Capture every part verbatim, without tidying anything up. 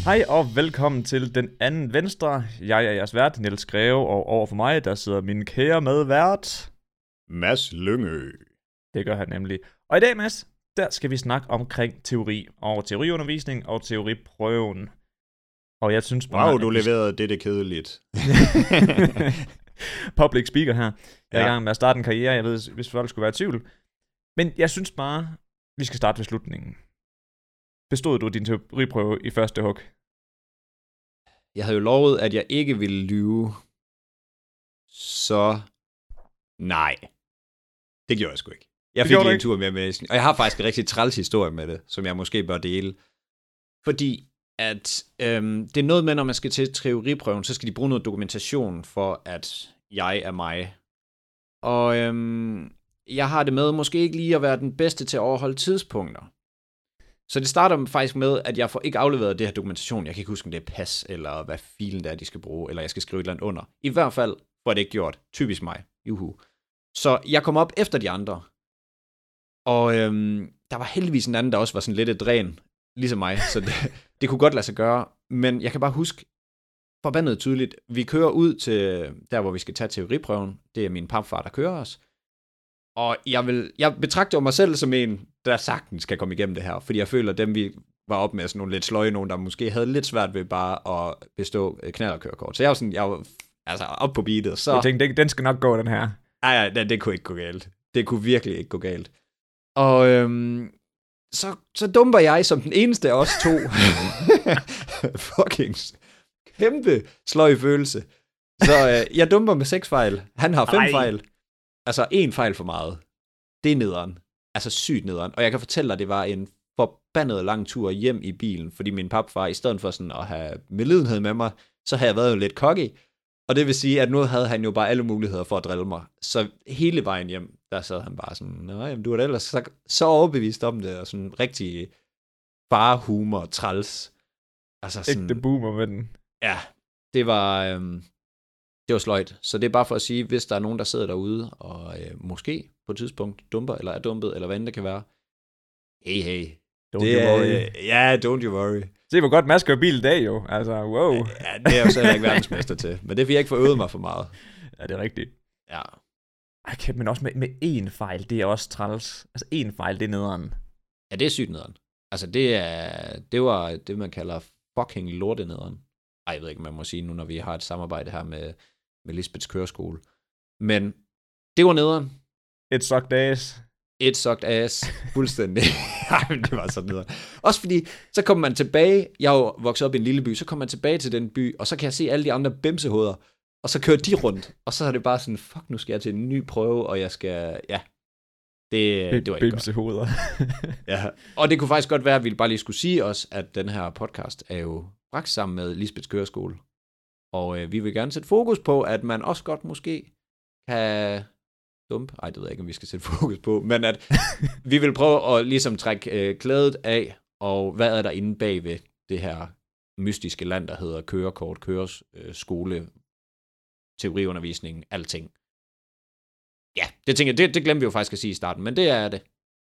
Hej og velkommen til Den Anden Venstre. Jeg er jeres vært, Niels Greve, og overfor mig, der sidder min kære medvært, Mads Lyngø. Det gør han nemlig. Og i dag, Mads, der skal vi snakke omkring teori, og teoriundervisning og teoriprøven. Og jeg synes bare... Wow, du leverede det, det kedeligt. Public speaker her. Jeg er Ja. i gang med at starte en karriere, jeg ved, hvis folk skulle være i tvivl. Men jeg synes bare, vi skal starte ved slutningen. Bestod du din teoriprøve i første hug? Jeg havde jo lovet, at jeg ikke ville lyve. Så nej. Det gjorde jeg sgu ikke. Jeg Det fik gjorde lige du en tur med med, og jeg har faktisk en rigtig træls historie med det, som jeg måske bør dele. Fordi at øhm, det er noget med, når man skal til teoriprøven, så skal de bruge noget dokumentation for, at jeg er mig. Og øhm, jeg har det med måske ikke lige at være den bedste til at overholde tidspunkter. Så det starter faktisk med, at jeg får ikke afleveret det her dokumentation. Jeg kan ikke huske, om det er pas, eller hvad filen det er, de skal bruge, eller jeg skal skrive et eller andet under. I hvert fald får det ikke gjort. Typisk mig. Juhu. Så jeg kom op efter de andre. Og øhm, der var heldigvis en anden, der også var sådan lidt et dræn, ligesom mig. Så det, det kunne godt lade sig gøre. Men jeg kan bare huske, forbandet tydeligt, vi kører ud til der, hvor vi skal tage teoriprøven. Det er min papfar, der kører os. Og jeg, vil, jeg betragter mig selv som en, der sagtens skal komme igennem det her, fordi jeg føler, at dem vi var op med, sådan nogle lidt sløje, nogen der måske havde lidt svært ved bare at bestå knallertkørekort. Så jeg var sådan, jeg var altså op på beatet. Så... Jeg tænkte, den skal nok gå, den her. Ej, ej, det, det kunne ikke gå galt. Det kunne virkelig ikke gå galt. Og øhm, så, så dumper jeg som den eneste af os to. Fucking kæmpe sløj følelse. Så øh, jeg dumper med seks fejl. Han har fem Ej. fejl. Altså en fejl for meget. Det er nederen. Altså sygt nederen. Og jeg kan fortælle dig, at det var en forbandet lang tur hjem i bilen, fordi min papfar, i stedet for sådan at have medlidenhed med mig, så havde jeg været jo lidt cocky. Og det vil sige, at nu havde han jo bare alle muligheder for at drille mig. Så hele vejen hjem, der sad han bare sådan, nej, men du er da ellers så, så overbevist om det, og sådan rigtig farehumor, træls. Altså sådan, Ægte boomer med den. ja, det var, øhm, det var sløjt. Så det er bare for at sige, hvis der er nogen, der sidder derude, og øh, måske på et tidspunkt dumper, eller er dumpet, eller hvad end det kan være. Hey, hey. Don't det you er, worry. øh, ja, don't you worry. Se, hvor godt Mads kører bil i dag, jo. Altså, wow. Ja, det er jeg jo selv ikke verdensmester til. Men det vil jeg ikke få øvet mig for meget. Ja, det er rigtigt. Ja. Okay, men også med, med én fejl, det er også træls. Altså, én fejl, det er nederen. Ja, det er sygt nederen. Altså, det er, det var det, man kalder fucking lortenederen. Ej, jeg ved ikke, man må sige nu, når vi har et samarbejde her med, med Lisbeths køreskole. Men det var nederen. Et sucked ass. Et sucked ass. Fuldstændig. Ej, men det var så nederen. Også fordi, så kommer man tilbage. Jeg er jo vokset op i en lille by. Så kommer man tilbage til den by, og så kan jeg se alle de andre bimsehoveder. Og så kører de rundt. Og så er det bare sådan, fuck, nu skal jeg til en ny prøve, og jeg skal, ja. Det, det var ikke godt. Bimsehoveder. Ja. Og det kunne faktisk godt være, at vi bare lige skulle sige os, at den her podcast er jo bragt sammen med Lisbeths Køreskole. Og øh, vi vil gerne sætte fokus på, at man også godt måske kan dumpe. Ej, det ved jeg ikke, om vi skal sætte fokus på. Men at vi vil prøve at ligesom trække øh, klædet af, og hvad er der inde bagved det her mystiske land, der hedder kørekort, køreskole, øh, teoriundervisning, alting. Ja, det tænker jeg, det, det glemte vi jo faktisk at sige i starten, men det er det.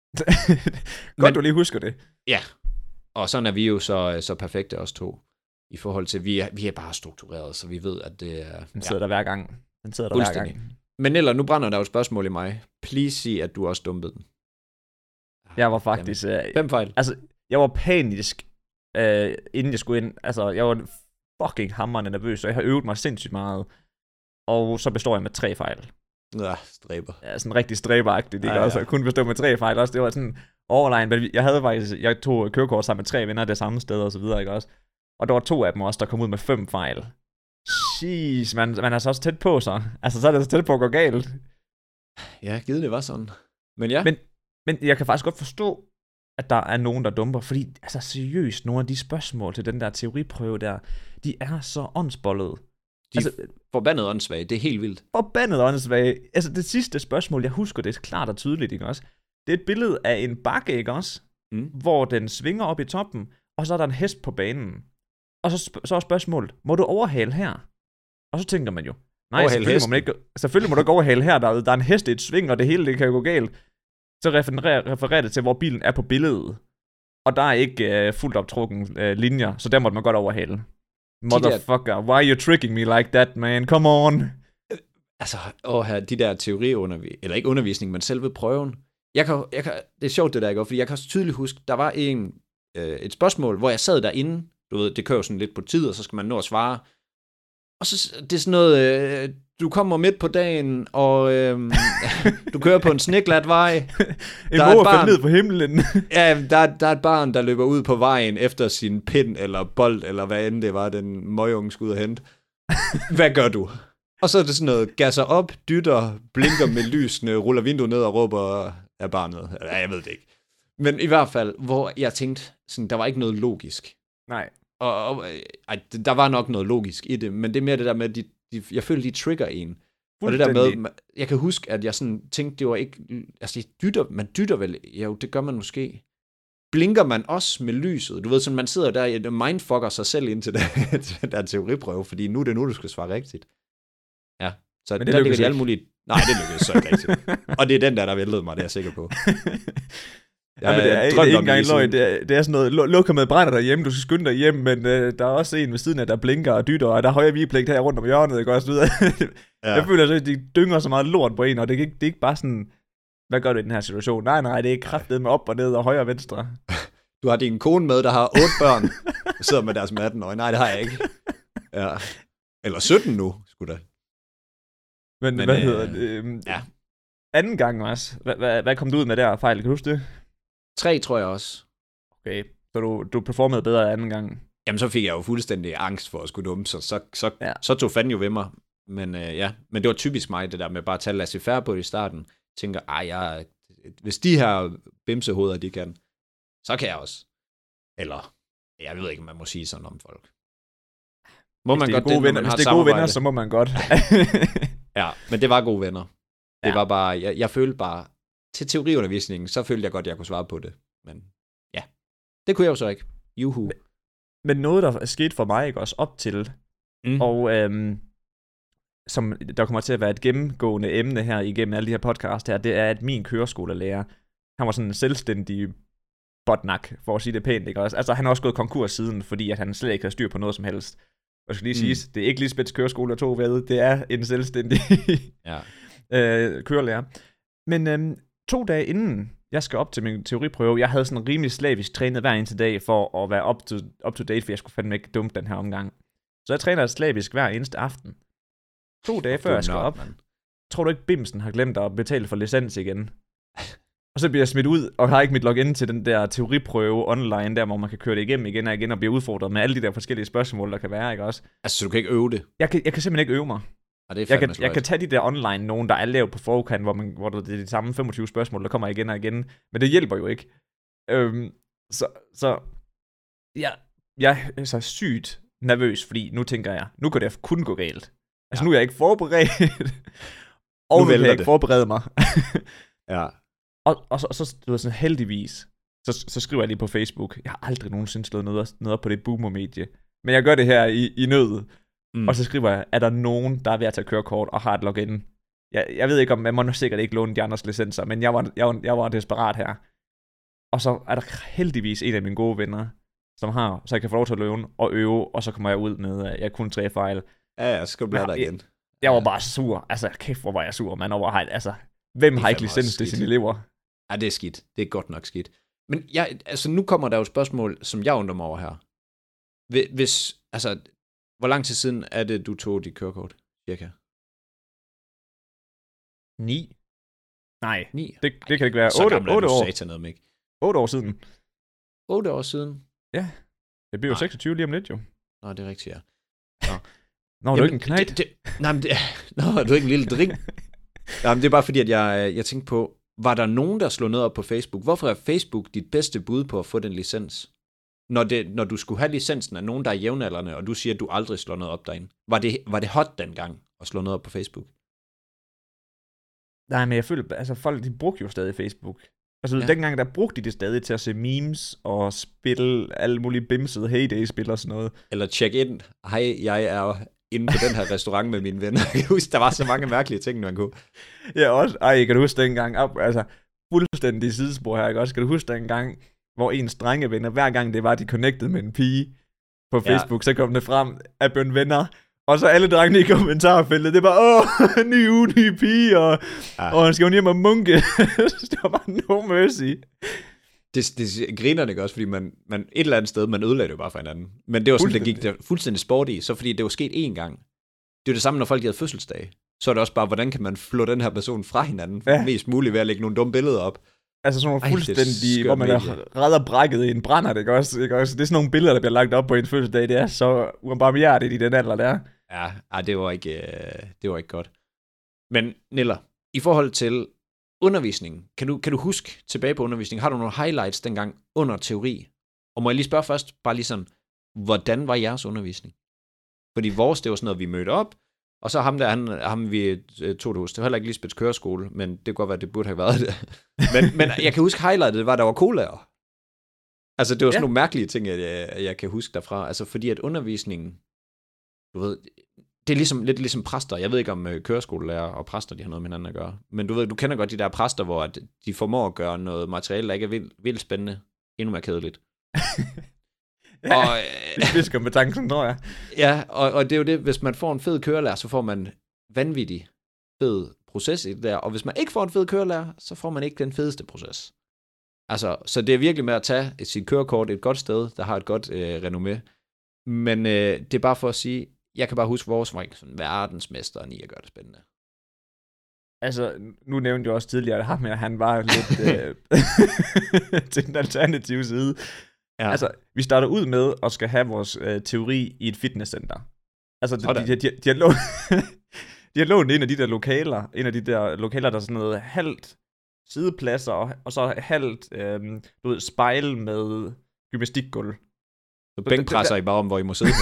Godt, Men- du lige husker det. Ja, og sådan er vi jo så, så perfekte os to, i forhold til, vi er, vi er bare struktureret, så vi ved, at det er... Den sidder Ja. der hver gang. Den sidder der hver Fuldstændig. gang. Men Nella, nu brænder der jo et spørgsmål i mig. Please sig, at du også dumpede den. Jeg var faktisk... Øh, Fem fejl. altså, jeg var panisk, øh, inden jeg skulle ind. Altså, jeg var fucking hammerende nervøs, så jeg har øvet mig sindssygt meget. Og så består jeg med tre fejl. Ja, stræber. Ja, sådan rigtig stræberagtigt, ikke Ja, ja. også? Jeg kunne bestå med tre fejl også. Det var sådan overlegn, men jeg havde faktisk... Jeg tog kørekort sammen med tre venner det samme sted og så videre, ikke også? Og der var to af dem også, der kom ud med fem fejl. Jeez, man, man er så også tæt på så. Altså, så er det så tæt på at gå galt. Ja, givet det var sådan. Men ja, Men, men jeg kan faktisk godt forstå, at der er nogen, der dumper, fordi altså seriøst, nogle af de spørgsmål til den der teoriprøve der, de er så åndsbollede. de Altså, er forbandet åndssvage. Det er helt vildt. forbandet åndssvage. Altså, det sidste spørgsmål, jeg husker det klart og tydeligt, ikke også? Det er et billede af en bakke, ikke også? Mm. Hvor den svinger op i toppen, og så er der en hest på banen. Og så, sp- så er spørgsmålet, må du overhale her? Og så tænker man jo, nej, Overhale selvfølgelig må, man ikke, selvfølgelig må du ikke overhale her, der, er- der er en hest i et sving, og det hele det kan jo gå galt. Så refererer, refererer det til, hvor bilen er på billedet. og der er ikke uh, fuldt optrukken uh, linjer, så der måtte man godt overhale. Motherfucker, why are you tricking me like that, man? Come on. Altså, åh her, de der teoriundervisning, eller ikke undervisning, men selve prøven. Jeg kan, jeg kan, det er sjovt det der, ikke? Fordi jeg kan også tydeligt huske, der var en, øh, et spørgsmål, hvor jeg sad derinde, du ved, det kører sådan lidt på tid, og så skal man nå at svare. Og så det er sådan noget, øh, du kommer midt på dagen, og øh, du kører på en sneglat vej. En mor faldt ned på himlen. Ja, der, der er et barn, der løber ud på vejen efter sin pind, eller bold, eller hvad end det var, den møgunge skulle ud og hente. Hvad gør du? Og så er det sådan noget, gasser op, dytter, blinker med lysene, ruller vinduet ned og råber af barnet. Ja, jeg ved det ikke. Men i hvert fald, hvor jeg tænkte, sådan, der var ikke noget logisk. Nej. Og, og ej, der var nok noget logisk i det, men det er mere det der med, at de, de, jeg føler, de trigger en. Og det der med, jeg kan huske, at jeg sådan tænkte, det var ikke, altså dytter, man dytter vel, jo, det gør man måske. Blinker man også med lyset? Du ved, sådan man sidder der og mindfucker sig selv ind til den der teoriprøve, fordi nu er det nu, du skal svare rigtigt. Ja, så men det der ligger de alle mulige... Nej, det lykkedes så ikke rigtigt. Og det er den der, der væltede mig, det er jeg sikker på. Ja, men det er ikke engang løgn. Det er, det er sådan noget, lukker med brænder derhjemme, du skal skynde dig hjem, men øh, der er også en ved siden af, der blinker og dytter, og der er højere vigepligt her rundt om hjørnet, ikke også? Ja. Jeg føler, at de dynger så meget lort på en, og det er ikke, det er ikke bare sådan, hvad gør du i den her situation? Nej, nej, det er kraftedet med op og ned og højre og venstre. Du har din kone med, der har otte børn, og sidder med deres atten år. Nej, det har jeg ikke. Ja. Eller sytten nu, skulle da. Men, Men hvad øh, hedder det? Øh, ja. Anden gang også. Hvad, hvad, hvad kom du ud med der fejl? Kan du huske det? Tre, tror jeg også. Okay, så du, du performede bedre anden gang? Jamen, så fik jeg jo fuldstændig angst for at skulle dumme, så, så, så, ja. så tog fanden jo ved mig. Men øh, ja, men det var typisk mig, det der med bare at tage laissez-faire på det i starten. Jeg tænker, ej, jeg, hvis de her bimsehoveder, de kan, så kan jeg også. Eller, jeg ved ikke, om man må sige sådan om folk. Må man godt det, venner, hvis det er gode venner, så må man godt. Ja, men det var gode venner. Det ja. var bare, jeg, jeg følte bare, til teoriundervisningen, så følte jeg godt, at jeg kunne svare på det. Men ja, det kunne jeg jo så ikke. Juhu. Men, men noget, der er sket for mig, ikke også op til, mm. og øhm, som der kommer til at være et gennemgående emne her igennem alle de her podcast her, det er, at min køreskolelærer, han var sådan en selvstændig botnak, for at sige det pænt, ikke også? Altså, han har også gået konkurs siden, fordi at han slet ikke har styr på noget som helst. Og jeg skal lige mm. sige, det er ikke Lisbeths køreskole, der tog ved, det er en selvstændig ja. øh, kørelærer. Men øhm, to dage inden jeg skal op til min teoriprøve, jeg havde sådan rimelig slavisk trænet hver eneste dag for at være up to, up to date, for jeg skulle fandme ikke dumme den her omgang. Så jeg træner slavisk hver eneste aften. To dage før jeg skal op. Man. Tror du ikke, Bimsen har glemt at betale for licens igen? Og så bliver jeg smidt ud, og har ikke mit login til den der teoriprøve online, der hvor man kan køre det igennem igen og igen, og blive udfordret med alle de der forskellige spørgsmål, der kan være, ikke også? Altså, så du kan ikke øve det? Jeg kan, jeg kan simpelthen ikke øve mig. Og det er jeg, kan, jeg kan tage de der online, nogen der er lavet på forkant, hvor, man, hvor det er de samme femogtyve spørgsmål, der kommer igen og igen, men det hjælper jo ikke. Øhm, så, så ja, jeg er så sygt nervøs, fordi nu tænker jeg, nu kan det kun gå galt. Altså ja. Nu er jeg ikke forberedt, og nu, nu kan jeg ikke det. forberede mig. Ja. Og, og så, så du ved, sådan, heldigvis, så, så skriver jeg lige på Facebook, jeg har aldrig nogensinde slået noget, noget op på det boomer-medie, men jeg gør det her i, i nød. Mm. Og så skriver jeg, er der nogen, der er ved at tage kørekort og har et login? Jeg, jeg ved ikke, om man må sikkert ikke låne de andres licenser, men jeg var, jeg, var, jeg var desperat her. Og så er der heldigvis en af mine gode venner, som har, så jeg kan få lov til at låne og øve, og så kommer jeg ud med, at jeg kun tre fejl. Ja, jeg skal blive der igen. Jeg, jeg var bare sur. Altså, kæft, hvor var jeg sur, man. Over, altså, hvem har ikke licens til sine elever? Ja, det er skidt. Det er godt nok skidt. Men jeg, altså, nu kommer der jo et spørgsmål, som jeg undrer mig over her. Hvis, altså, hvor lang tid siden er det, du tog dit kørekort, cirka? Ni. Nej, Ni? Det, det kan ikke være. Så otte, otte år. Satan, ikke? otte år siden. otte år siden? Ja. Det bliver jo seksogtyve lige om lidt, jo. Nå, det er rigtigt, ja. Nå, Nå du er ikke en knægt? Det, det, nej, men det, nå, du er ikke en lille dreng. Jamen, det er bare fordi, at jeg, jeg tænkte på, var der nogen, der slog noget op på Facebook? Hvorfor er Facebook dit bedste bud på at få den licens? Når, det, når du skulle have licensen af nogen, der er jævnaldrende, og du siger, at du aldrig slår noget op derinde. Var det, var det hot dengang at slå noget op på Facebook? Nej, men jeg føler, altså folk, de brugte jo stadig Facebook. Altså ja. Dengang, der brugte de det stadig til at se memes og spille alle mulige bimsede Heyday-spil og sådan noget. Eller check in. Hej, jeg er inde på den her restaurant med mine venner. Jeg kan huske, der var så mange mærkelige ting, man kunne. Ja, også. Ej, kan du huske dengang? Altså, fuldstændig sidespor her, ikke også? Kan du huske dengang, hvor ens drengevenner, hver gang det var, de connected med en pige på Facebook, ja. Så kom det frem, at blevet venner. Og så alle drengene i kommentarfeltet, det var, åh, ny uge, ny pige, og, ja. og han skal jo hjem og munke. Det var bare no mercy. Det, det griner ikke også, fordi man, man et eller andet sted, man ødelagde det jo bare for hinanden. Men det var sådan, det gik der fuldstændig sport i, så fordi det var sket én gang. Det er det samme, når folk havde fødselsdag. Så er det også bare, hvordan kan man flå den her person fra hinanden, ja. Mest muligt ved at lægge nogle dumme billeder op. Altså sådan nogle fuldstændig, hvor man er redder brækket i en brænder, det, ikke også? Ikke også? Det er sådan nogle billeder, der bliver lagt op på en fødselsdag, det er så ubarmhjertigt i den alder der. Ja, ej, det var ikke, det var ikke godt. Men Niller, i forhold til undervisningen, kan du, kan du huske tilbage på undervisningen, har du nogle highlights dengang under teori? Og må jeg lige spørge først, bare lige sådan, hvordan var jeres undervisning? Fordi vores, det var sådan noget, vi mødte op, og så ham der, han, ham vi tog det hos, det var heller ikke Lisbeths køreskole, men det kunne godt være, det burde have været det. Men, men jeg kan huske highlightet, var, der var colaer. Altså, det var sådan ja. Nogle mærkelige ting, jeg, jeg kan huske derfra. Altså, fordi at undervisningen, du ved, det er ligesom, lidt ligesom præster. Jeg ved ikke, om køreskolelærer og præster, de har noget med hinanden at gøre. Men du ved, du kender godt de der præster, hvor at de formår at gøre noget materiale, der ikke er vildt, vildt spændende, endnu mere kedeligt. Ja, og, det er spidskompetencen, tror jeg. Ja, og, og det er jo det, hvis man får en fed kørelærer, så får man vanvittig fed proces i det der, og hvis man ikke får en fed kørelærer, så får man ikke den fedeste proces. Altså, så det er virkelig med at tage sit kørekort et godt sted, der har et godt øh, renommé. Men øh, det er bare for at sige, jeg kan bare huske, vores var ikke sådan verdensmesteren i at gøre det spændende. Altså, nu nævnte jeg også tidligere, at ham her, han var lidt øh, til den alternative side. Ja. Altså, vi starter ud med at skal have vores øh, teori i et fitnesscenter. Altså, de, de, de, de, har lånt, de har lånt en af de der lokaler, en af de der lokaler, der er sådan noget halvt sidepladser, og, og så halvt, øh, du ved, spejl med gymnastikgulv. Så bænkpresser I bare om, hvor I må sidde.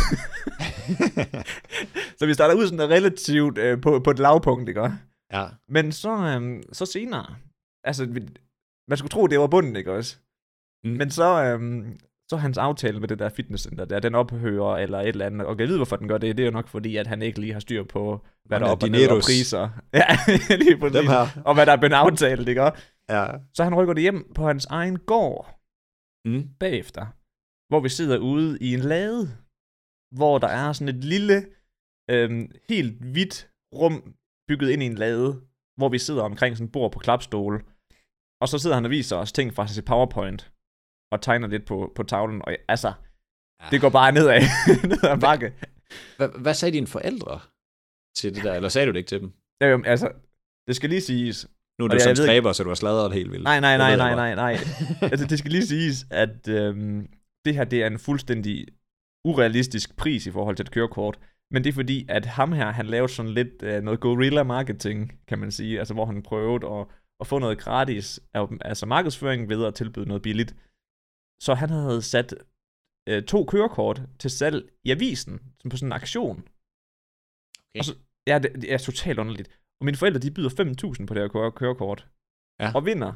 Så vi starter ud sådan relativt øh, på, på et lavpunkt, ikke? Ja. Men så, øh, så senere, altså, man skulle tro, det var bunden, ikke også? Mm. Men så, øhm, så hans aftale med det der fitnesscenter der, den ophører eller et eller andet, og jeg ved, hvorfor den gør det, det er jo nok fordi, at han ikke lige har styr på, hvad der er op og ned og priser. Ja, lige præcis. Dem her. Og hvad der er blevet aftalt, ikke? Ja. Så han rykker det hjem på hans egen gård mm. bagefter, hvor vi sidder ude i en lade, hvor der er sådan et lille, øhm, helt hvidt rum bygget ind i en lade, hvor vi sidder omkring sådan et bord på klapstol, og så sidder han og viser os ting fra sit PowerPoint, og tegner lidt på, på tavlen, og altså, ja. Det går bare nedad, nedad ad bakke. Hvad, hvad sagde dine forældre til det der, eller sagde du det ikke til dem? Ja, jo, altså, det skal lige siges. Nu er du som stræber, så du har sladret helt vildt. Nej, nej, nej, nej, nej, nej. Altså, det skal lige siges, at øhm, det her, det er en fuldstændig urealistisk pris i forhold til et kørekort, men det er fordi, at ham her, han lavede sådan lidt øh, noget guerilla marketing, kan man sige, altså hvor han prøvede at, at få noget gratis, altså markedsføring ved at tilbyde noget billigt. Så han havde sat øh, to kørekort til salg i avisen, som på sådan en aktion. Okay. Og så, ja, det, det er totalt underligt. Og mine forældre, de byder fem tusind på det her køre- kørekort. Ja. Og vinder.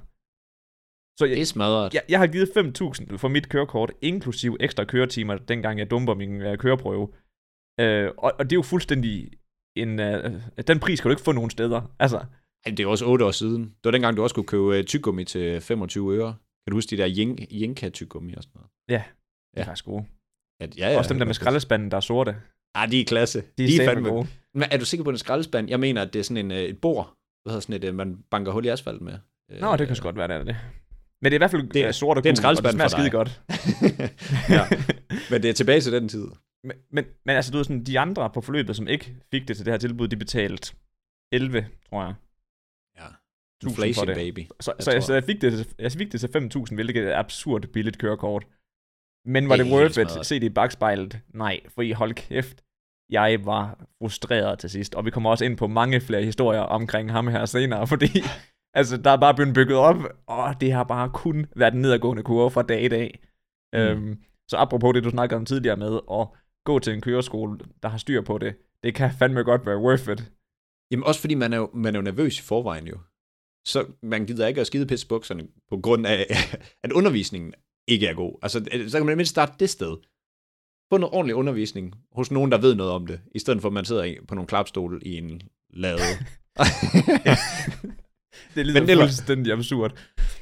Så jeg, det er smadret. Jeg, jeg har givet fem tusind for mit kørekort, inklusiv ekstra køretimer, dengang jeg dumper min øh, køreprøve. Øh, og, og det er jo fuldstændig en... Øh, den pris kan du ikke få nogen steder. Altså... Ej, det er også otte år siden. Det var dengang, du også kunne købe uh, tyggegummi til femogtyve øre. Kan du huske de der Jenka-tyggegummi og sådan noget? Ja, det er faktisk gode. Ja, ja, ja, også dem der med skraldespanden, der er sorte. Ah, de er klasse. De er, de er fandme gode. Men er du sikker på en skraldespand? Jeg mener, at det er sådan en, et bord, hvad hedder sådan et, man banker hul i asfalt med. Nå, det kan sgu godt være, det er det. Men det er i hvert fald det, er, sort og det er en skraldespand, og det smager skide godt. Ja. Men det er tilbage til den tid. Men, men, men altså, du ved sådan, de andre på forløbet, som ikke fik det til det her tilbud, de betalte elleve, tror jeg. Ja. Inflation, baby. Så, så, jeg, så jeg, fik det, jeg fik det til fem tusind, hvilket er et absurd billigt kørekort. Men var det, det worth it? Se det i bagspejlet? Nej, for I hold kæft. Jeg var frustreret til sidst, og vi kommer også ind på mange flere historier omkring ham her senere, fordi altså, der er bare blevet bygget op, og det har bare kun været en nedadgående kurve fra dag i dag. Mm. Øhm, så apropos det, du snakkede om tidligere med, at gå til en køreskole, der har styr på det, det kan fandme godt være worth it. Jamen også fordi man er jo, man er jo nervøs i forvejen jo. Så man gider ikke at skide pisse bukserne på grund af, at undervisningen ikke er god. Altså, så kan man mindst starte det sted. Få noget ordentlig undervisning hos nogen, der ved noget om det, i stedet for at man sidder på nogle klapstole i en lade. Det er lidt fuldstændig absurd.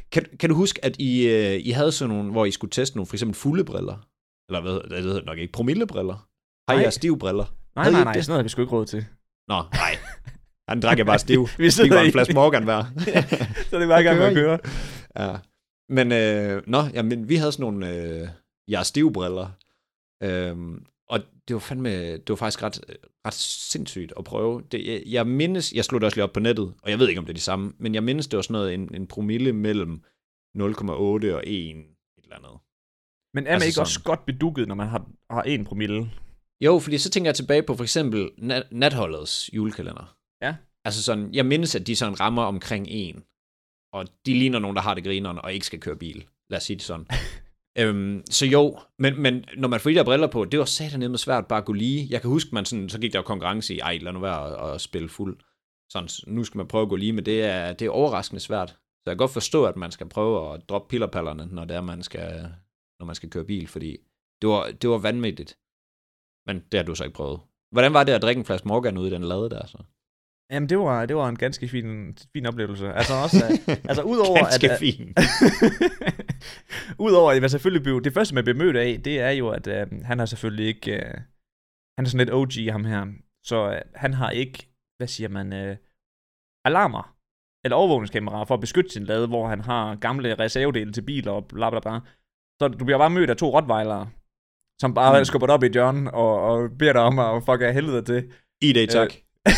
Kan, kan du huske, at I, øh, I havde sådan nogle, hvor I skulle teste nogle, for eksempel fulde briller? Eller hvad det hedder nok ikke, promillebriller? Har I Nej. jeres stive briller? Nej, Havde I nej, ikke nej, det? sådan noget har vi sgu ikke råd til. Nå, nej. Han drak jeg bare stiv. Vi Vi sidder var en i- flaske Morgan hver. Så det var i gang med at køre. Ja. Men, øh, nå, jamen, vi havde sådan nogle øh, jeres stive briller. Øhm, og det var fandme, det var faktisk ret, ret sindssygt at prøve. Det, jeg, jeg mindes, jeg slog det også lige op på nettet, og jeg ved ikke, om det er de samme, men jeg mindes, det var sådan noget, en, en promille mellem nul komma otte og en, et eller andet. Men er man Altså ikke også sådan. godt bedukket, når man har, har en promille? Jo, fordi så tænker jeg tilbage på for eksempel nat, Natholdets julekalender. Ja. Altså sådan, jeg mindes, at de sådan rammer omkring en, og de ligner nogen, der har det grineren, og ikke skal køre bil. Lad os sige det sådan. øhm, så jo, men, men når man får de der briller på, det var satanedme svært bare at gå lige. Jeg kan huske, man sådan, så gik der jo konkurrence i, ej, lad nu være at, at spille fuld. Sådan, nu skal man prøve at gå lige, men det er, det er overraskende svært. Så jeg kan godt forstå, at man skal prøve at droppe pillerpallerne, når det er, man skal, når man skal køre bil, fordi det var, det var vanvittigt. Men det har du så ikke prøvet. Hvordan var det at drikke en flaske Morgan ude i den lade der så? Jamen, det var, det var en ganske fin, fin oplevelse. Altså også, altså udover Ganske at... fint. Udover at jeg selvfølgelig blev... Det første, man blev mødt af, det er jo, at øh, han har selvfølgelig ikke... Øh, han er sådan lidt O G, ham her. Så øh, han har ikke, hvad siger man, øh, alarmer eller overvågningskameraer for at beskytte sin lade, hvor han har gamle reservedele til biler og bla bla bla. Så du bliver bare mødt af to rottweilere, som bare mm. skubber dig op i et hjørne og, og beder dig om at fuck af helvede til. I dag, tak.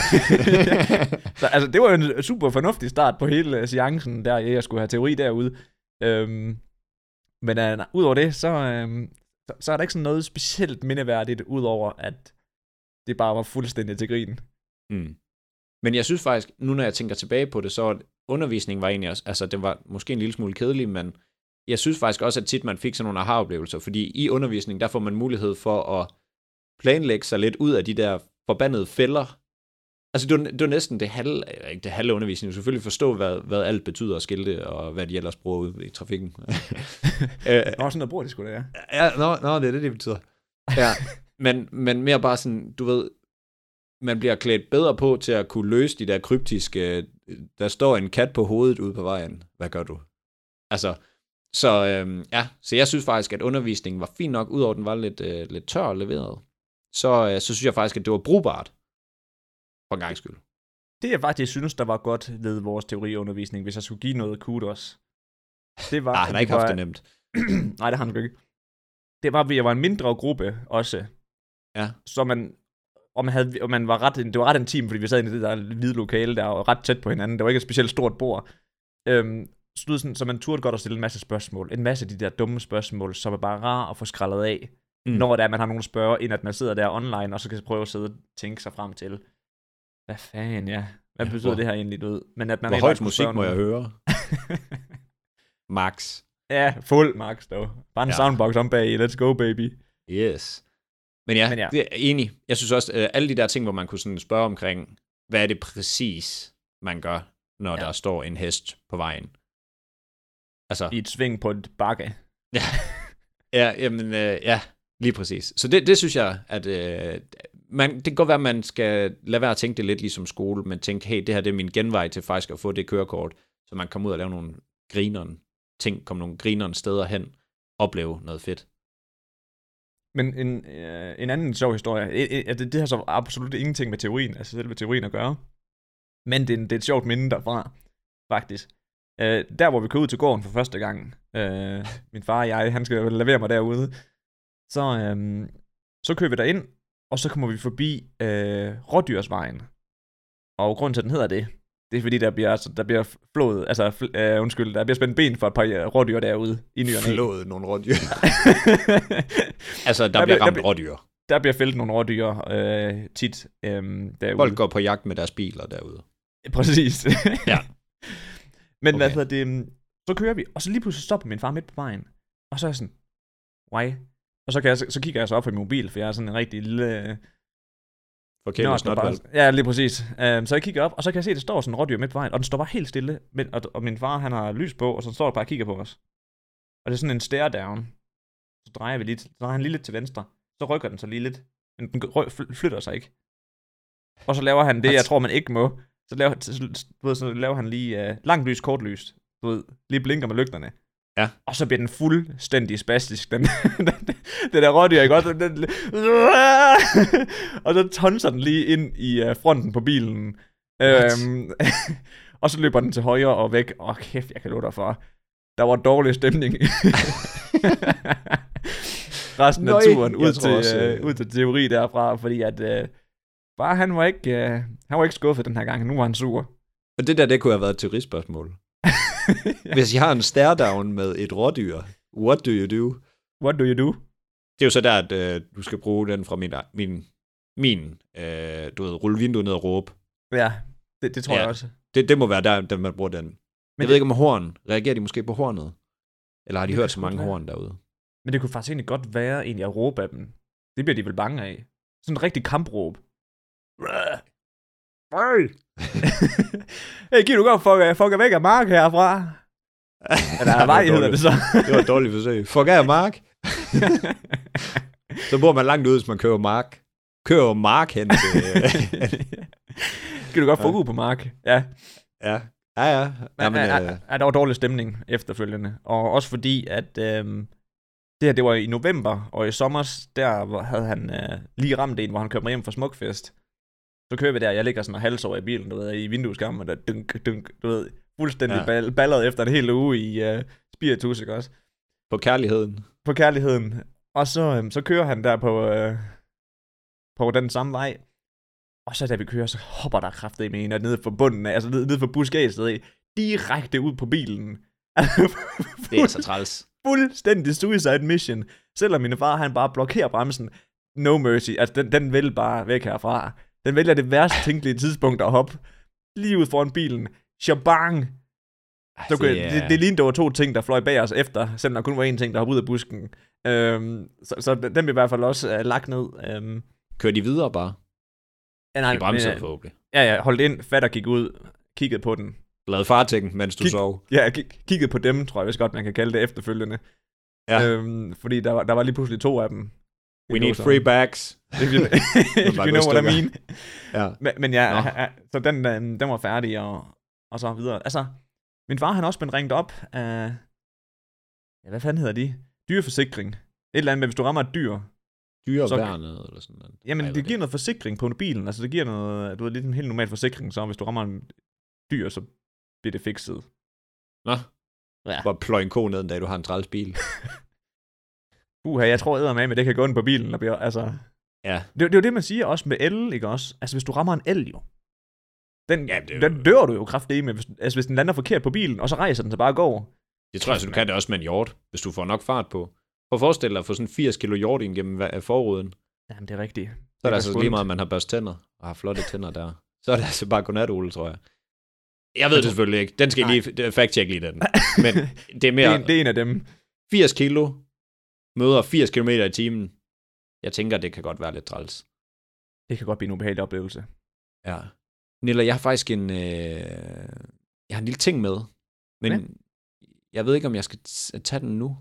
Så altså, det var jo en super fornuftig start på hele seancen, der jeg skulle have teori derude. Øhm, men uh, nej, udover det, så, øhm, så, så er der ikke sådan noget specielt mindeværdigt, udover at det bare var fuldstændig til grin. Mm. Men jeg synes faktisk, nu når jeg tænker tilbage på det, så at undervisningen var egentlig også, altså det var måske en lille smule kedelig, men jeg synes faktisk også, at tit man fik sådan nogle aha-oplevelser, fordi i undervisningen, der får man mulighed for at planlægge sig lidt ud af de der forbandede fælder. Altså det var, det var næsten det halve, ikke det halve undervisning, selvfølgelig forstå, hvad, hvad alt betyder at skilte, og hvad de ellers bruger ude i trafikken. Nå, sådan noget bruger de sgu da, ja. Ja, nå, nå, det er det, det betyder. Ja, men, men mere bare sådan, du ved, man bliver klædt bedre på til at kunne løse de der kryptiske, der står en kat på hovedet ude på vejen. Hvad gør du? Altså, så øhm, ja, så jeg synes faktisk, at undervisningen var fin nok, udover den var lidt, øh, lidt tør og leveret. Så, øh, så synes jeg faktisk, at det var brugbart. For en gang skyld. Det jeg faktisk synes, der var godt ved vores teoriundervisning, hvis jeg skulle give noget kudos. Det var, Ah, han har ikke var... haft det nemt. Nej, det har han sgu ikke. Det var, at jeg var en mindre gruppe også. Ja. Så man, og man, havde, og man var ret, det var ret intim, fordi vi sad i det der hvide lokale der, og ret tæt på hinanden. Det var ikke et specielt stort bord. Øhm, så, sådan, så man turde godt at stille en masse spørgsmål. En masse af de der dumme spørgsmål, som er bare rar at få skrællet af. Mm. Når det er, man har nogen at spørge, inden at man sidder der online, og så kan prøve at sidde og tænke sig frem til, hvad fanden, ja. Hvad betyder ja, hvor, det her egentlig ud? Men at man hvor højt musik må jeg høre? Max. Ja, fuld max dog. Bare en ja. Soundbox om bag. Let's go, baby. Yes. Men ja, Men ja. Det er enig. Jeg synes også, at alle de der ting, hvor man kunne sådan spørge omkring, hvad er det præcis, man gør, når ja. der står en hest på vejen? Altså. I et sving på et bakke. Ja, ja jamen, øh, ja, lige præcis. Så det, det synes jeg, at øh, man, det kan godt være, at man skal lade være at tænke det lidt ligesom skole, men tænke, hey, det her det er min genvej til faktisk at få det kørekort, så man kommer ud og lave nogle grineren ting, komme nogle grineren steder hen, opleve noget fedt. Men en, øh, en anden sjov historie, det, det, det har så absolut ingenting med teorien, altså selve teorien at gøre, men det er, det er et sjovt minde derfra, faktisk. Øh, der, hvor vi kører ud til gården for første gang, øh, min far og jeg, han skal levere mig derude, så, øh, så kører vi derind, og så kommer vi forbi øh, Rådyrsvejen. Og grunden til, at den hedder det, det er fordi, der bliver, altså, der bliver flået, altså, fl- øh, undskyld, der bliver spændt ben for et par uh, rådyr derude i ny og næ. Flået nogle rådyr. altså, der, der bliver ramt der, rådyr. Der bliver fældet nogle rådyr øh, tit øh, derude. Folk går på jagt med deres biler derude. Præcis. ja. Men okay. hvad hedder det, så kører vi, og så lige pludselig stopper min far midt på vejen, og så er jeg sådan, why? Og så, kan jeg, så kigger jeg så op på min mobil, for jeg er sådan en rigtig lille... Okay, bare, ja, lige præcis. Um, så jeg kigger op, og så kan jeg se, at det står sådan en rådyr midt på vejen, og den står bare helt stille, men, og, og min far, han har lys på, og så står der bare og kigger på os. Og det er sådan en stare down. Så drejer vi lige, så drejer han lige lidt til venstre, så rykker den så lige lidt, men den flytter sig ikke. Og så laver han det, jeg tror, man ikke må. Så laver, så, så laver han lige uh, langt lys, kort lys. du ved, lige blinker med lygterne. Ja. Og så bliver den fuldstændig spastisk, den, den, den der rådyr, ikke også? Den, og så tonser den lige ind i uh, fronten på bilen. Øhm, og så løber den til højre og væk. Åh, kæft, jeg kan love dig for. Der var dårlig stemning. Resten af turen ud til, også, uh, ud til teori derfra, fordi at uh, bare han var ikke uh, han var ikke skuffet den her gang. Nu var han sur. Og det der, det kunne have været et teorispørgsmål. Ja. Hvis jeg har en stare-down med et rådyr, what do you do? What do you do? Det er jo så der, at øh, du skal bruge den fra min, min, min øh, du ved, rulle vinduet ned og råbe. Ja, det, det tror ja. jeg også. Det, det må være der, der man bruger den. Men jeg det, ved ikke om horn. Reagerer de måske på hornet? Eller har de hørt så mange være. horn derude? Men det kunne faktisk egentlig godt være egentlig at råbe af dem. Det bliver de vel bange af. Sådan en rigtig kampråb. Hey, giv du godt fuck, fuck væk af Mark herfra. Eller er vej, hedder det så. Det var et dårligt forsøg. Fuck af Mark. Så bor man langt ud, hvis man kører Mark. Kører Mark hen til... Giv du godt fuck ud på Mark. Ja. Ja. Ja, ja. Jamen, ja, ja, ja, der var dårlig stemning efterfølgende. Og også fordi, at øhm, det her, det var i november, og i sommer, der havde han øh, lige ramt en, hvor han kørte mig hjem fra Smukfest. Så kører vi der, jeg ligger sådan og hals over i bilen, du ved, i vindueskammen, der dunk, dunk, du ved, fuldstændig ja. ball, ballet efter en hel uge i uh, spiritus, ikke også? På kærligheden. På kærligheden. Og så, øhm, så kører han der på, øh, på den samme vej. Og så da vi kører, så hopper der kraftigt med en ned for bunden af, altså ned, ned for buskaget af, direkte ud på bilen. Det er så træls. Fuldstændig suicide mission. Selvom min far, han bare blokerer bremsen. No mercy. Altså, den, den vil bare væk herfra. Den vælger det værste tænkelige tidspunkt at hoppe lige ud foran bilen. Shabang! Så kunne, yeah. det, det lignede, der var to ting, der fløj bag os efter, selvom der kun var én ting, der hoppede ud af busken. Øhm, så, så den blev i hvert fald også uh, lagt ned. Øhm. Kører de videre bare? Ja, nej, de bremser forhåbentlig. Ja, ja, holdt ind, fat og gik ud, kiggede på den. Lavede farting, mens du Kig, sov. Ja, k- kiggede på dem, tror jeg vist godt, man kan kalde det efterfølgende. Ja. Øhm, fordi der var, der var lige pludselig to af dem. We need free bags. If you, if you know what I mean. Ja. Men, men ja, ja, så den, den var færdig, og, og så videre. Altså, min far, han også blevet ringet op af, ja, hvad fanden hedder de? Dyreforsikring. Et eller andet med, hvis du rammer et dyr. Dyreværnet, eller sådan noget. Jamen, det, det giver noget forsikring på bilen. Altså, det giver noget, du ved, lidt en helt normal forsikring, så hvis du rammer en dyr, så bliver det fikset. Nå. Ja. Bare pløj en ko ned en dag, du har en træls bil. Uha, jeg tror eddermame, men det kan gå ind på bilen. Og bliver, altså, ja. Det, det er jo det, man siger også med el, ikke også? Altså, hvis du rammer en el, jo. Den, ja, det, den dør du jo kraftigt med, hvis, altså, hvis den lander forkert på bilen, og så rejser den så bare og går. Det tror jeg, så du kan det også med en hjort, hvis du får nok fart på. Prøv at forestille dig at få sådan firs kilo hjort ind gennem forruden. Jamen, det er rigtigt. Så er det altså lige meget, at man har børst tænder, og har flotte tænder der. Så er det altså bare godnat, Ole, tror jeg. Jeg ved det selvfølgelig ikke. Den skal jeg lige fact-check lige den. Men det er mere... det, er, det er en af dem. firs kilo møder firs kilometer i timen. Jeg tænker, det kan godt være lidt træls. Det kan godt blive en ubehagelig oplevelse. Ja. Nilla, jeg har faktisk en... Øh... Jeg har en lille ting med. Men ja. Jeg ved ikke, om jeg skal tage den nu.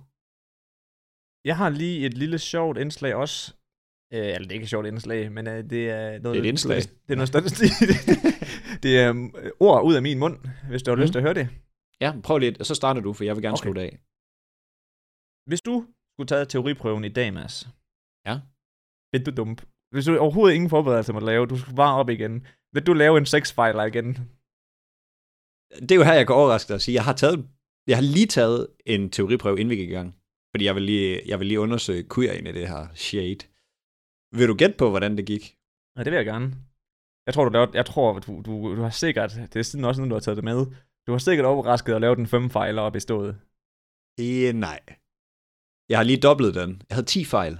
Jeg har lige et lille sjovt indslag også. Øh, eller det er ikke et sjovt indslag, men øh, det er noget... Det er et indslag. Det er noget statistik. Det er øh, ord ud af min mund, hvis du har mm. lyst til at høre det. Ja, prøv lidt, og så starter du, for jeg vil gerne okay. slutte af. Hvis du skulle tage teoriprøven i dag, Mads. Ja. Vil du dump? Hvis du overhovedet ingen forberedelse må lave, du skal bare op igen. Vil du lave en seks-fejler igen? Det er jo her, jeg kan overraske dig at sige. Jeg har, taget, jeg har lige taget en teoriprøve, inden vi gik i gang. Fordi jeg vil lige, jeg vil lige undersøge queeren i det her shade. Vil du gætte på, hvordan det gik? Ja, det vil jeg gerne. Jeg tror, du lavede, jeg tror, du, du, du har sikkert, det er siden også, når du har taget det med, du har sikkert overrasket og lavet den fem fejler og bestået. Eh, nej. Jeg har lige dobblet den. Jeg havde ti fejl.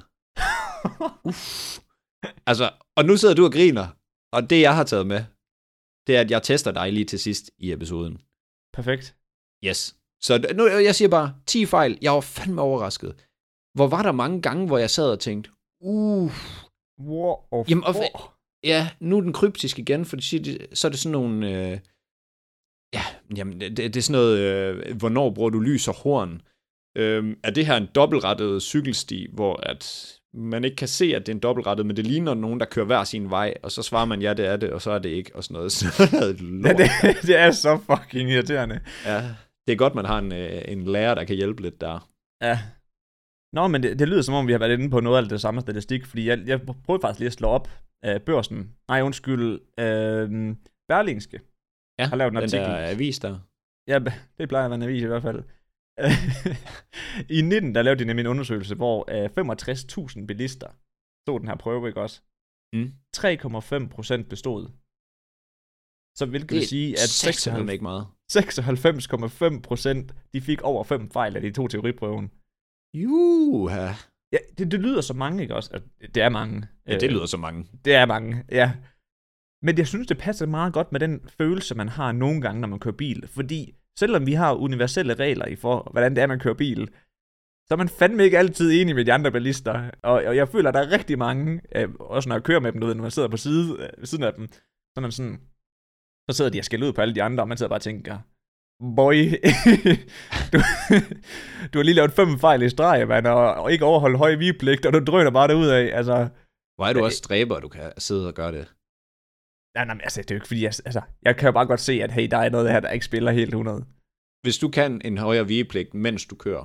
Uff. Altså, og nu sidder du og griner, og det, jeg har taget med, det er, at jeg tester dig lige til sidst i episoden. Perfekt. Yes. Så nu, jeg siger bare, ti fejl. Jeg var fandme overrasket. Hvor var der mange gange, hvor jeg sad og tænkte, uh. Wow. Jamen, og, ja, nu er den kryptisk igen, for så er det sådan nogle, øh, ja, jamen, det, det er sådan noget, øh, hvornår bruger du lys og horn? Øh, er det her en dobbeltrettet cykelsti, hvor at man ikke kan se, at det er en dobbeltrettet, men det ligner nogen, der kører hver sin vej, og så svarer man, ja, det er det, og så er det ikke, og sådan noget. Sådan noget ja, det, det er så fucking irriterende. Ja, det er godt, man har en, øh, en lærer, der kan hjælpe lidt der. Ja. Nå, men det, det lyder som om, vi har været inde på noget af det samme statistik, fordi jeg, jeg prøvede faktisk lige at slå op uh, børsen. Nej, undskyld. Uh, Berlingske. Ja, har lavet en den artikel. der avis der. Ja, det plejer at være en avis i hvert fald. I nitten, der lavede de nemlig en undersøgelse, hvor uh, femogtres tusind bilister stod den her prøve, ikke også? Mm. tre komma fem procent bestod. Så hvilket det vil sige, at seksoghalvfems, ikke meget. seksoghalvfems komma fem procent de fik over fem fejl af de to teoriprøven. Juha. Ja, det, det lyder så mange, ikke også? Altså, det er mange. Ja, det lyder så mange. Det er mange, ja. Men jeg synes, det passer meget godt med den følelse, man har nogle gange, når man kører bil. Fordi selvom vi har universelle regler i for, hvordan det er, man kører bil, så er man fandme ikke altid enig med de andre bilister. Og, og jeg føler, at der er rigtig mange, øh, også når jeg kører med dem, når man sidder på side, øh, ved siden af dem, så er man sådan, så sidder de og skælder ud på alle de andre, og man sidder bare og tænker, boy, du, du har lige lavet fem fejl i streg, man, og, og ikke overholdt høj vigepligt, og du drøner bare derudad, altså. Hvor er du også stræber, at du kan sidde og gøre det? Nej, nej, men altså, det er jo ikke fordi, jeg, altså, jeg kan jo bare godt se, at hey, der er noget her, der ikke spiller helt hundrede. Hvis du kan en højere vigepligt, mens du kører,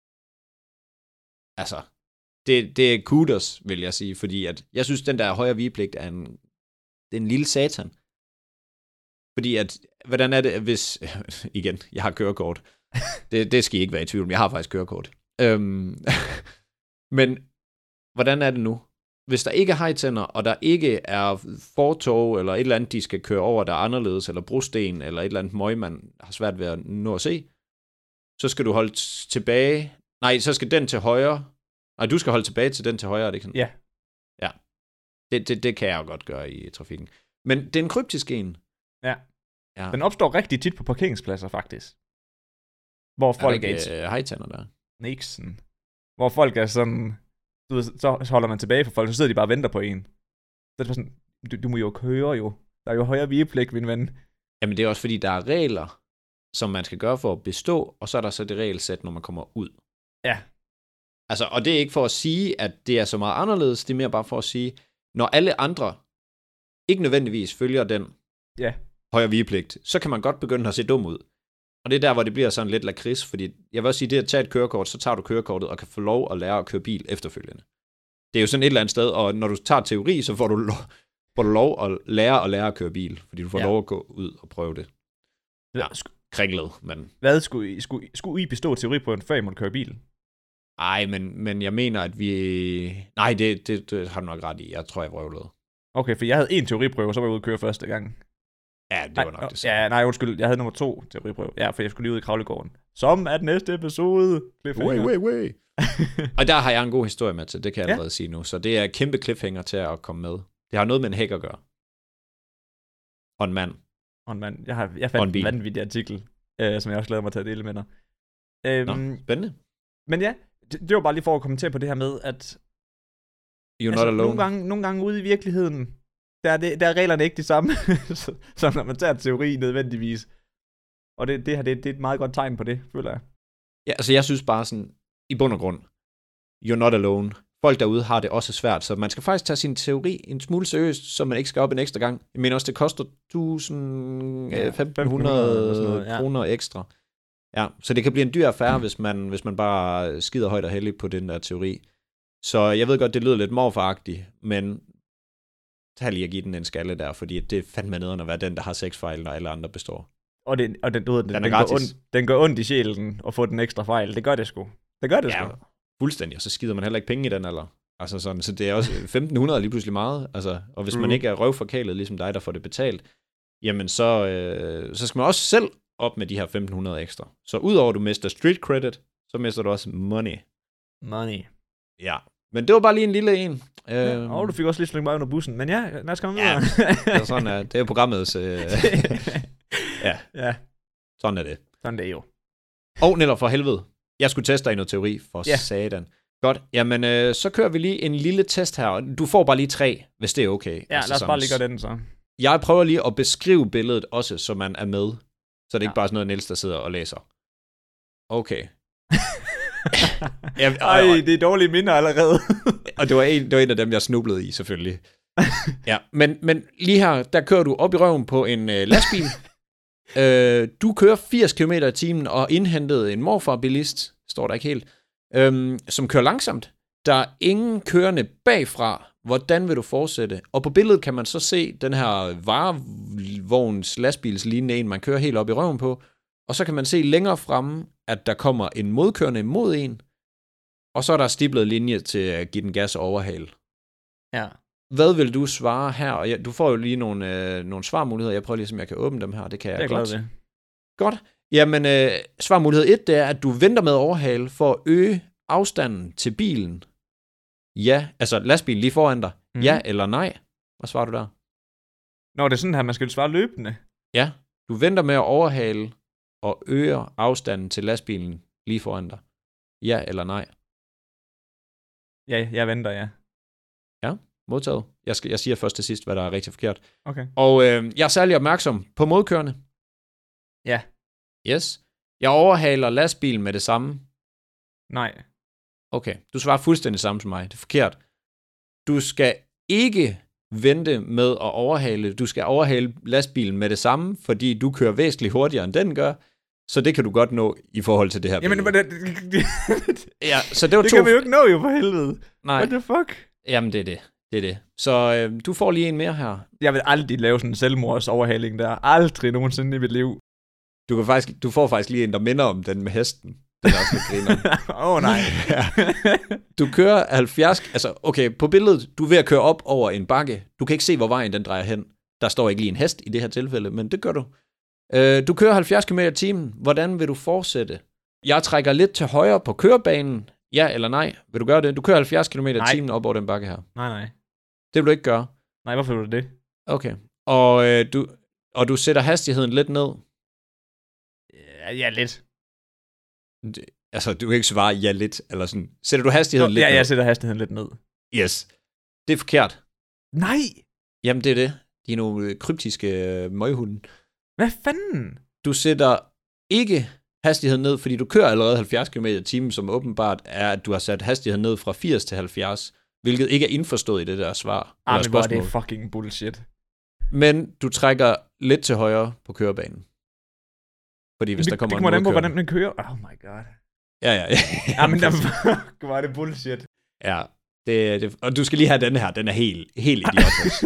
altså, det, det er kudos, vil jeg sige, fordi at, jeg synes, den der højere vigepligt er en, det er en lille satan. Fordi at, hvordan er det, hvis, igen, jeg har kørekort, det, det skal I ikke være i tvivl om, jeg har faktisk kørekort. Øhm, men, hvordan er det nu? Hvis der ikke er hejtænder, og der ikke er fortov, eller et eller andet, de skal køre over, der er anderledes, eller brosten, eller et eller andet møg, man har svært ved at nå at se, så skal du holde tilbage. Nej, så skal den til højre. Nej, du skal holde tilbage til den til højre, er det ikke sådan? Ja. Ja. Det, det, det kan jeg jo godt gøre i trafikken. Men det er en kryptisk en. Ja. Ja. Den opstår rigtig tit på parkeringspladser, faktisk. Hvor folk er... Er der ikke hejtænder der? Nixon. Hvor folk er sådan... Du ved, så holder man tilbage for folk, så sidder de bare og venter på en. Så er det sådan, du, du må jo køre jo. Der er jo højere vigepligt, min ven. Jamen det er også fordi, der er regler, som man skal gøre for at bestå, og så er der så det regelsæt, når man kommer ud. Ja. Altså, og det er ikke for at sige, at det er så meget anderledes, det er mere bare for at sige, når alle andre ikke nødvendigvis følger den ja. højere vigepligt, så kan man godt begynde at se dum ud. Og det er der, hvor det bliver sådan lidt lakrids, fordi jeg vil også sige, det at tage et kørekort, så tager du kørekortet og kan få lov at lære at køre bil efterfølgende. Det er jo sådan et eller andet sted, og når du tager teori, så får du lov, får du lov at lære at lære at køre bil, fordi du får ja. lov at gå ud og prøve det. Ja, kringlet, men... Hvad, skulle I, skulle, skulle I bestå teoriprøven, før I måtte køre bil? Nej, men, men jeg mener, at vi... Nej, det, det, det har du nok ret i. Jeg tror, jeg vrøvlede. Okay, for jeg havde en teoriprøve, så var jeg ude at køre første gang. Ja, det var nok det samme. Ja, nej, undskyld. Jeg havde nummer to teoriprøve. Ja, for jeg skulle lige ud i Kravlegården. Som er den næste episode. Way, way, way. Og der har jeg en god historie med til, det kan jeg ja. allerede sige nu. Så det er kæmpe cliffhanger til at komme med. Det har noget med en hæk at gøre. Og en mand. Og en mand. Jeg, har, jeg fandt en, en vanvittig artikel, øh, som jeg også glæder mig til at dele med dig. Øhm, Nå, spændende. Men ja, det, det var bare lige for at kommentere på det her med, at You're altså, not alone. Nogle gange, nogle gange ude i virkeligheden, der er, det, der er reglerne ikke de samme, som når man tager teori nødvendigvis. Og det, det her, det, det er et meget godt tegn på det, føler jeg. Ja, altså jeg synes bare sådan, i bund og grund, you're not alone. Folk derude har det også svært, så man skal faktisk tage sin teori en smule seriøst, så man ikke skal op en ekstra gang. Jeg mener også, det koster femten hundrede ja, kroner ekstra. Ja, så det kan blive en dyr affære, mm. hvis, man, hvis man bare skider højt og heldigt på den der teori. Så jeg ved godt, det lyder lidt morfaragtigt, men tag lige at give den en skalle der, fordi det er fandme nederen at være den, der har seks fejl, når alle andre består. Og, det, og den, du ved, den, den, den, går ondt, den går ondt i sjælen at få den ekstra fejl. Det gør det sgu. Det gør det ja, sgu. Fuldstændig, og så skider man heller ikke penge i den alder. Altså sådan, så det er også femten hundrede lige pludselig meget. Altså, og hvis mm. man ikke er røvforkælet, ligesom dig, der får det betalt, jamen så, øh, så skal man også selv op med de her femten hundrede ekstra. Så udover at du mister street credit, så mister du også money. Money. Ja, men det var bare lige en lille en. Ja, øh, og du fik også lige slængt mig under bussen, men ja, lad os komme ja, videre. det er sådan, at det er programmets... Øh, ja. ja, sådan er det. Sådan det er jo. Og Neller, for helvede. Jeg skulle teste dig i noget teori, for ja. satan. Godt, jamen øh, så kører vi lige en lille test her. Du får bare lige tre, hvis det er okay. Ja, altså, lad os bare lige gøre den så. Jeg prøver lige at beskrive billedet også, så man er med. Så det er ja. ikke bare sådan noget, Niels, der sidder og læser. Okay. ja, Ej, det er dårlige minder allerede. Og det var, en, det var en af dem, jeg snublede i, selvfølgelig. Ja, men, men lige her, der kører du op i røven på en øh, lastbil. Øh, du kører firs kilometer i timen og indhentede en morfarbilist, står der ikke helt, øhm, som kører langsomt. Der er ingen kørende bagfra. Hvordan vil du fortsætte? Og på billedet kan man så se den her varevogns lastbilslignende en, man kører helt op i røven på. Og så kan man se længere fremme, at der kommer en modkørende imod en. Og så er der stiblet linje til at give den gas og overhale. Ja. Hvad vil du svare her? Og ja, du får jo lige nogle, øh, nogle svarmuligheder. Jeg prøver lige, om jeg kan åbne dem her. Det kan jeg, Det er godt. glad ved. Godt. Jamen, øh, svarmulighed et, det er, at du venter med at overhale for at øge afstanden til bilen. Ja, altså lastbilen lige foran dig. Mm. Ja eller nej? Hvad svarer du der? Nå, det er sådan her, man skal svare løbende. Ja, du venter med at overhale og øger afstanden til lastbilen lige foran dig. Ja eller nej? Ja, jeg venter, ja. Ja, modtaget. Jeg, skal, jeg siger først til sidst, hvad der er rigtig forkert. Okay. Og øh, jeg er særlig opmærksom på modkørende. Ja. Yes. Jeg overhaler lastbilen med det samme. Nej. Okay, du svarer fuldstændig samme som mig. Det er forkert. Du skal ikke vente med at overhale. Du skal overhale lastbilen med det samme, fordi du kører væsentligt hurtigere, end den gør. Så det kan du godt nå i forhold til det her Jamen, billede. det, det, det, Ja, så det var det to... kan vi jo ikke nå jo for helvede. Nej. What the fuck? Jamen, det er det. Det er det. Så øh, du får lige en mere her. Jeg vil aldrig lave sådan en selvmordsoverhaling der. Aldrig nogensinde i mit liv. Du, kan faktisk, du får faktisk lige en, der minder om den med hesten. Den er også lidt griner. Åh oh, nej. Ja. Du kører halvfjerds... Altså, okay, på billedet, du er ved at køre op over en bakke. Du kan ikke se, hvor vejen den drejer hen. Der står ikke lige en hest i det her tilfælde, men det gør du. Øh, du kører halvfjerds kilometer i timen. Hvordan vil du fortsætte? Jeg trækker lidt til højre på kørebanen. Ja eller nej? Vil du gøre det? Du kører halvfjerds kilometer i timen op over den bakke her. Nej, nej. Det vil du ikke gøre. Nej, hvorfor vil du det? Okay. Og, øh, du, og du sætter hastigheden lidt ned. Ja, ja lidt. Det, altså, du kan ikke svare ja lidt, eller sådan. Sætter du hastigheden Nå, lidt ja, ned? jeg sætter hastigheden lidt ned. Yes. Det er forkert. Nej! Jamen, det er det. De er nogle kryptiske øh, møghunde. Hvad fanden? Du sætter ikke hastigheden ned, fordi du kører allerede halvfjerds kilometer i timen, som åbenbart er, at du har sat hastigheden ned fra firs til halvfjerds, hvilket ikke er indforstået i det der svar. Ah, men hvor er det fucking bullshit. Men du trækker lidt til højre på kørebanen. Fordi hvis det, der kommer det kommer en på, hvordan den kører. Oh my god. Ja, ja. Ja, men der, hvor er det bullshit. Ja, det, det, og du skal lige have den her. Den er helt, helt idiotisk.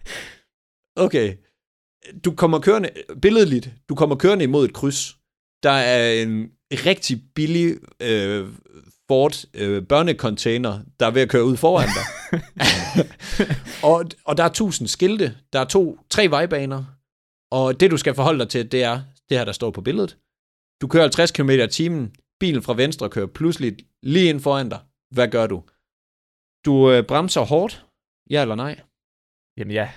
Okay. Du kommer kørende, billedligt, du kommer kørende imod et kryds. Der er en rigtig billig øh, Ford øh, børnecontainer, der er ved at køre ud foran dig. og, og der er tusind skilte. Der er to, tre vejbaner. Og det, du skal forholde dig til, det er det her, der står på billedet. Du kører halvtreds kilometer i timen. Bilen fra venstre kører pludselig lige ind foran dig. Hvad gør du? Du øh, bremser hårdt. Ja eller nej? Jamen ja.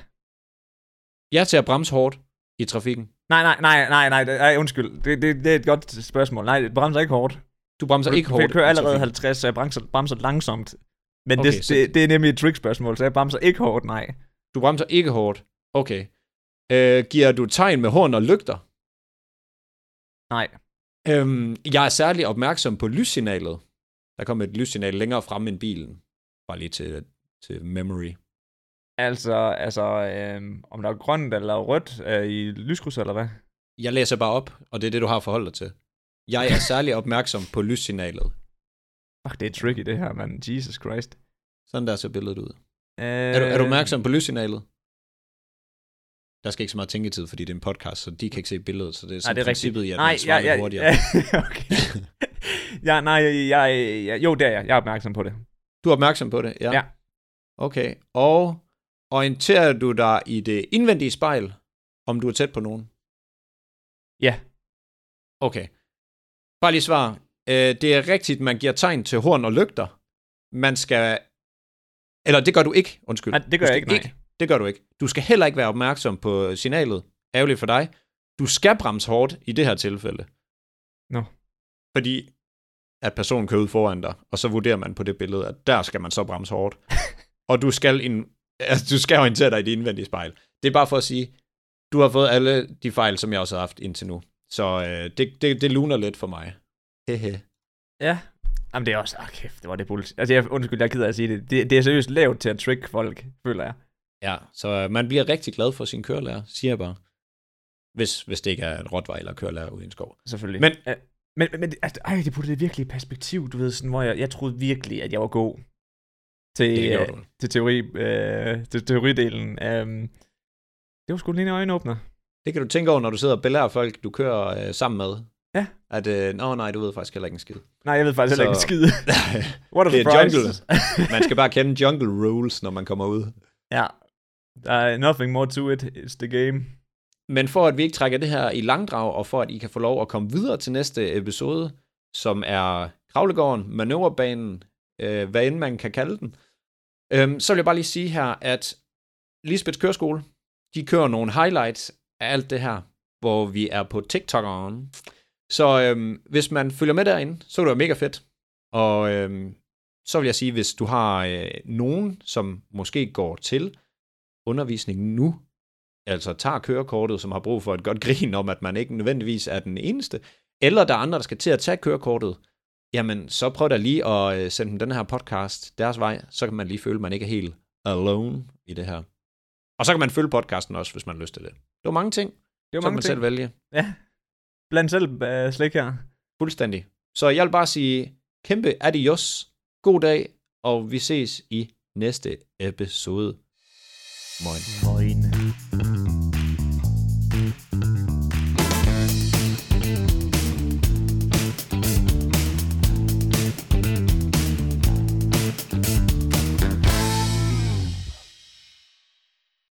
Ja til at bremse hårdt i trafikken. Nej, nej, nej, nej, nej, nej, undskyld. Det, det, det er et godt spørgsmål. Nej, det bremser ikke hårdt. Du bremser ikke hårdt. Jeg kører allerede halvtreds, så jeg bremser, bremser langsomt. Men okay, det, så... det, det er nemlig et trick-spørgsmål, så jeg bremser ikke hårdt, nej. Du bremser ikke hårdt. Okay. Øh, giver du tegn med horn og lygter? Nej. Øhm, jeg er særlig opmærksom på lyssignalet. Der kommer et lyssignal længere frem end bilen. Bare lige til, til memory. Altså, altså øhm, om der er grønt eller rødt øh, i lyskryds, eller hvad? Jeg læser bare op, og det er det, du har forholdt dig til. Jeg er særlig opmærksom på lyssignalet. Fuck, det er tricky det her, mand. Jesus Christ. Sådan der ser billedet ud. Øh... Er, du, er du opmærksom på lyssignalet? Der skal ikke så meget tænketid, fordi det er en podcast, så de kan ikke se billedet, så det er sådan nej, det er princippet i, at nej, man svarer ja, ja, hurtigere. Ja, okay. ja, nej, jeg, jeg, jeg, jo, det er jeg. Jeg er opmærksom på det. Du er opmærksom på det? Ja. Ja. Okay, og orienterer du dig i det indvendige spejl, om du er tæt på nogen? Ja. Okay. Bare lige svar. Øh, det er rigtigt, man giver tegn til horn og lygter. Man skal... Eller det gør du ikke, undskyld. Nej, det gør jeg ikke, nej. ikke. Det gør du ikke. Du skal heller ikke være opmærksom på signalet. Ærgerligt for dig. Du skal bremse hårdt i det her tilfælde. Nå. No. Fordi at personen kører ud foran dig, og så vurderer man på det billede, at der skal man så bremse hårdt. Og du skal, ind, altså, du skal orientere dig i det indvendige spejl. Det er bare for at sige, du har fået alle de fejl, som jeg også har haft indtil nu. Så øh, det, det, det luner lidt for mig. Hehe. Ja. Jamen det er også, ah kæft, det var det bullshit. Altså jeg, undskyld, jeg er ked af at sige det. det. Det er seriøst lavt til at trick folk, føler jeg. Ja, så man bliver rigtig glad for sin kørelærer, siger jeg bare. Hvis, hvis det ikke er en rottweiler, der kører lærer ude i en skov. Selvfølgelig. Men, uh, men, men altså, ej, det puttede det virkelig i perspektiv, du ved, sådan, hvor jeg, jeg troede virkelig, at jeg var god til, uh, til, teori, uh, til teoridelen. Um, det var sgu lige en øjenåbner. Det kan du tænke over, når du sidder og belærer folk, du kører uh, sammen med. Ja. At, øh, nå nej, du ved faktisk heller ikke en skid. Nej, jeg ved faktisk heller ikke en skid. What a det er surprise. jungle. Man skal bare kende jungle rules, når man kommer ud. Ja. Der er nothing more to it. It's the game. Men for at vi ikke trækker det her i langdrag, og for at I kan få lov at komme videre til næste episode, som er Kravlegården, manøvrebanen, øh, hvad end man kan kalde den, øh, så vil jeg bare lige sige her, at Lisbeths Køreskole, de kører nogle highlights af alt det her, hvor vi er på TikTok'eren. Så øhm, hvis man følger med derinde, så er det mega fedt. Og øhm, så vil jeg sige, hvis du har øh, nogen, som måske går til undervisning nu, altså tager kørekortet, som har brug for et godt grin om, at man ikke nødvendigvis er den eneste, eller der er andre, der skal til at tage kørekortet, jamen så prøv da lige at øh, sende dem den her podcast deres vej, så kan man lige føle, at man ikke er helt alone i det her. Og så kan man følge podcasten også, hvis man har lyst til det. Det var mange ting. Det var så mange kan man ting. selv vælge. Ja. Bland selv uh, slik her. Fuldstændig. Så jeg vil bare sige kæmpe adios. God dag, og vi ses i næste episode. Moin. Moin.